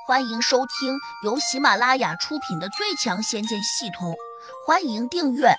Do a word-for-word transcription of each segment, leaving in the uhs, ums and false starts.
欢迎收听由喜马拉雅出品的《最强仙剑系统》，欢迎订阅。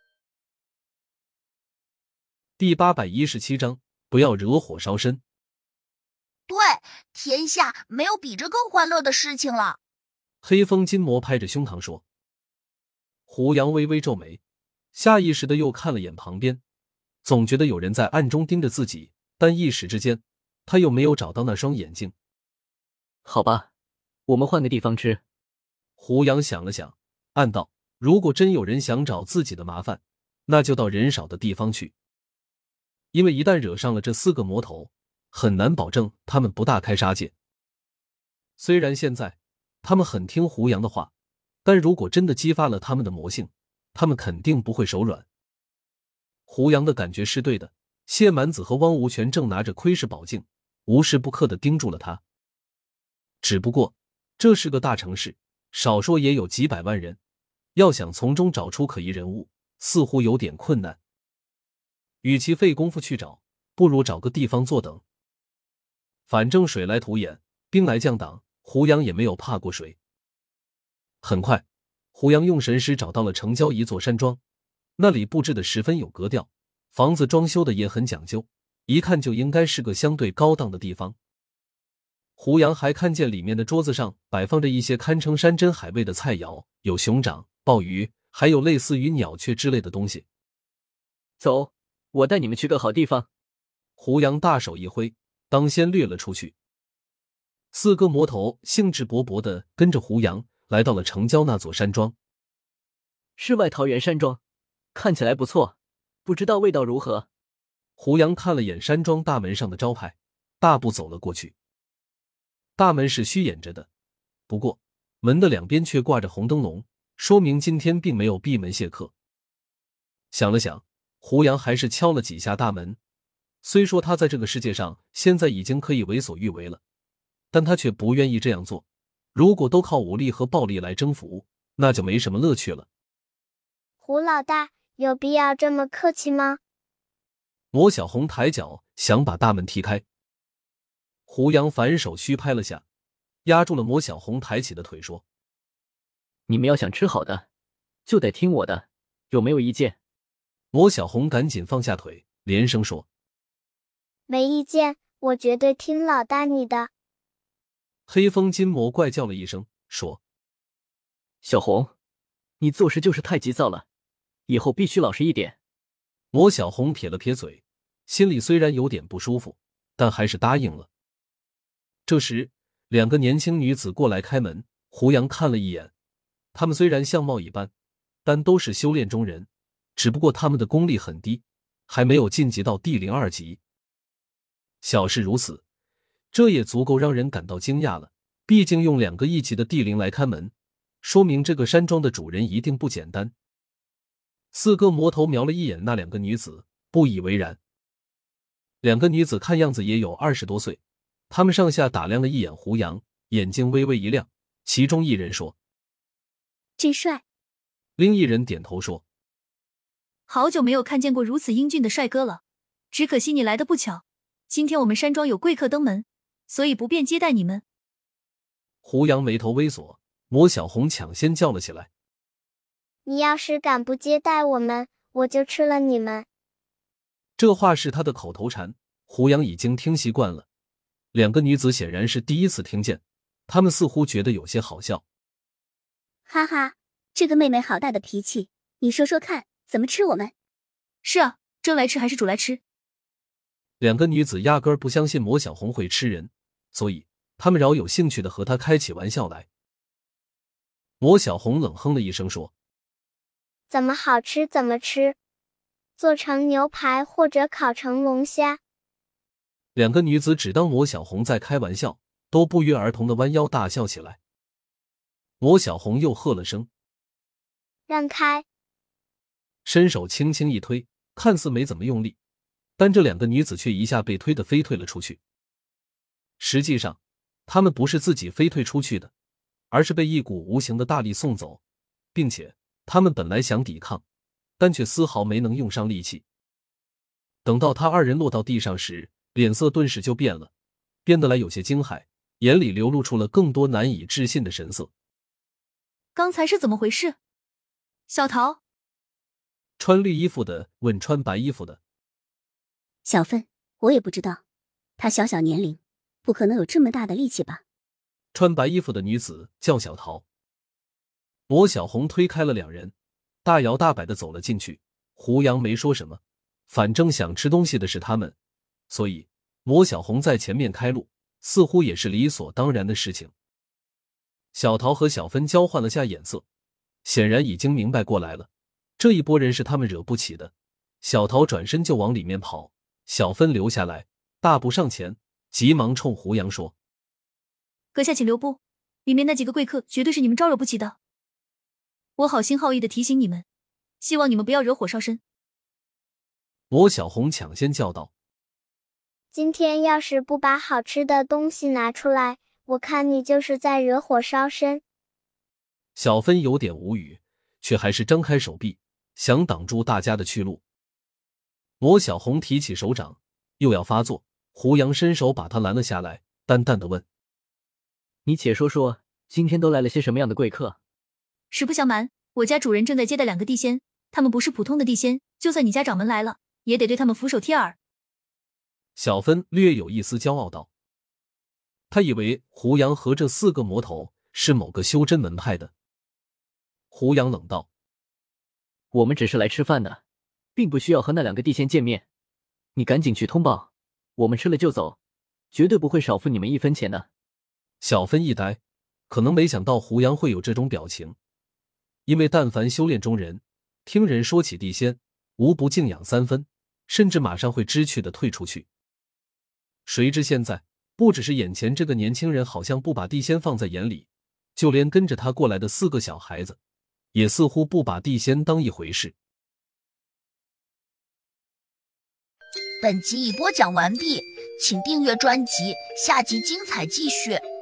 第八百一十七章，不要惹火烧身。 对，天下没有比这更欢乐的事情了。 黑风金魔拍着胸膛说。胡杨微微皱眉，下意识的又看了眼旁边，总觉得有人在暗中盯着自己，但一时之间他又没有找到那双眼睛。 好吧，我们换个地方吃。 胡杨想了想，暗道，如果真有人想找自己的麻烦，那就到人少的地方去。因为一旦惹上了这四个魔头，很难保证他们不大开杀戒。虽然现在他们很听胡杨的话，但如果真的激发了他们的魔性，他们肯定不会手软。胡杨的感觉是对的，谢蛮子和汪无权正拿着窥视宝镜，无时不刻地盯住了他。只不过这是个大城市，少说也有几百万人，要想从中找出可疑人物，似乎有点困难。与其费功夫去找，不如找个地方坐等。反正水来土掩，兵来将挡，胡杨也没有怕过水。很快，胡杨用神识找到了城郊一座山庄，那里布置的十分有格调，房子装修的也很讲究，一看就应该是个相对高档的地方。胡杨还看见里面的桌子上摆放着一些堪称山珍海味的菜肴，有熊掌、鲍鱼，还有类似于鸟雀之类的东西。 走，我带你们去个好地方。 胡杨大手一挥，当先掠了出去。四个魔头兴致勃勃地跟着胡杨来到了城郊那座山庄。 世外桃源山庄，看起来不错，不知道味道如何。 胡杨看了眼山庄大门上的招牌，大步走了过去。大门是虚掩着的，不过门的两边却挂着红灯笼，说明今天并没有闭门谢客。想了想，胡杨还是敲了几下大门。虽说他在这个世界上现在已经可以为所欲为了，但他却不愿意这样做。如果都靠武力和暴力来征服，那就没什么乐趣了。 胡老大，有必要这么客气吗？ 魔小红抬脚想把大门踢开，胡杨反手虚拍了下，压住了魔小红抬起的腿，说： 你们要想吃好的，就得听我的，有没有意见？ 魔小红赶紧放下腿，连声说： 没意见，我绝对听老大你的。 黑风金魔怪叫了一声，说： 小红，你做事就是太急躁了，以后必须老实一点。 魔小红撇了撇嘴，心里虽然有点不舒服，但还是答应了。这时两个年轻女子过来开门，胡杨看了一眼，她们虽然相貌一般，但都是修炼中人，只不过她们的功力很低，还没有晋级到地灵二级。小事如此，这也足够让人感到惊讶了，毕竟用两个一级的地灵来看门，说明这个山庄的主人一定不简单。四个魔头瞄了一眼那两个女子，不以为然。两个女子看样子也有二十多岁，他们上下打量了一眼胡杨，眼睛微微一亮，其中一人说： 真帅。 另一人点头说： 好久没有看见过如此英俊的帅哥了，只可惜你来的不巧，今天我们山庄有贵客登门，所以不便接待你们。 胡杨眉头微锁，魔小红抢先叫了起来： 你要是敢不接待我们，我就吃了你们。 这话是他的口头禅，胡杨已经听习惯了。两个女子显然是第一次听见，她们似乎觉得有些好笑。 哈哈，这个妹妹好大的脾气，你说说看，怎么吃我们？是啊，蒸来吃还是煮来吃？ 两个女子压根儿不相信魔小红会吃人，所以她们饶有兴趣地和她开起玩笑来。魔小红冷哼了一声说： 怎么好吃怎么吃，做成牛排或者烤成龙虾。 两个女子只当魔小红在开玩笑，都不约而同地弯腰大笑起来。魔小红又喝了声： 让开！ 伸手轻轻一推，看似没怎么用力，但这两个女子却一下被推得飞退了出去。实际上她们不是自己飞退出去的，而是被一股无形的大力送走，并且她们本来想抵抗，但却丝毫没能用上力气。等到他二人落到地上时，脸色顿时就变了，变得来有些惊骇， 眼里流露出了更多难以置信的神色。 刚才是怎么回事？小桃， 穿绿衣服的问穿白衣服的。 小芬，我也不知道，她小小年龄，不可能有这么大的力气吧？ 穿白衣服的女子叫小桃。罗小红推开了两人，大摇大摆地走了进去。胡杨没说什么，反正想吃东西的是他们，所以罗小红在前面开路，似乎也是理所当然的事情。小桃和小芬交换了下眼色，显然已经明白过来了，这一拨人是他们惹不起的。小桃转身就往里面跑，小芬留下来，大步上前，急忙冲胡杨说： 阁下请留步，里面那几个贵客绝对是你们招惹不起的。我好心好意的提醒你们，希望你们不要惹火烧身。 罗小红抢先叫道： 今天要是不把好吃的东西拿出来，我看你就是在惹火烧身。 小芬有点无语，却还是张开手臂，想挡住大家的去路。罗小红提起手掌，又要发作，胡杨伸手把他拦了下来，淡淡的问： 你且说说，今天都来了些什么样的贵客？ 实不相瞒，我家主人正在接待两个地仙，他们不是普通的地仙，就算你家掌门来了，也得对他们俯首帖耳。 小芬略有一丝骄傲道。他以为胡杨和这四个魔头是某个修真门派的。胡杨冷道： 我们只是来吃饭的，并不需要和那两个地仙见面。你赶紧去通报，我们吃了就走，绝对不会少付你们一分钱的。 小芬一呆，可能没想到胡杨会有这种表情，因为但凡修炼中人，听人说起地仙，无不敬仰三分，甚至马上会知趣的退出去。谁知现在，不只是眼前这个年轻人好像不把地仙放在眼里，就连跟着他过来的四个小孩子，也似乎不把地仙当一回事。 本集已播讲完毕，请订阅专辑，下集精彩继续。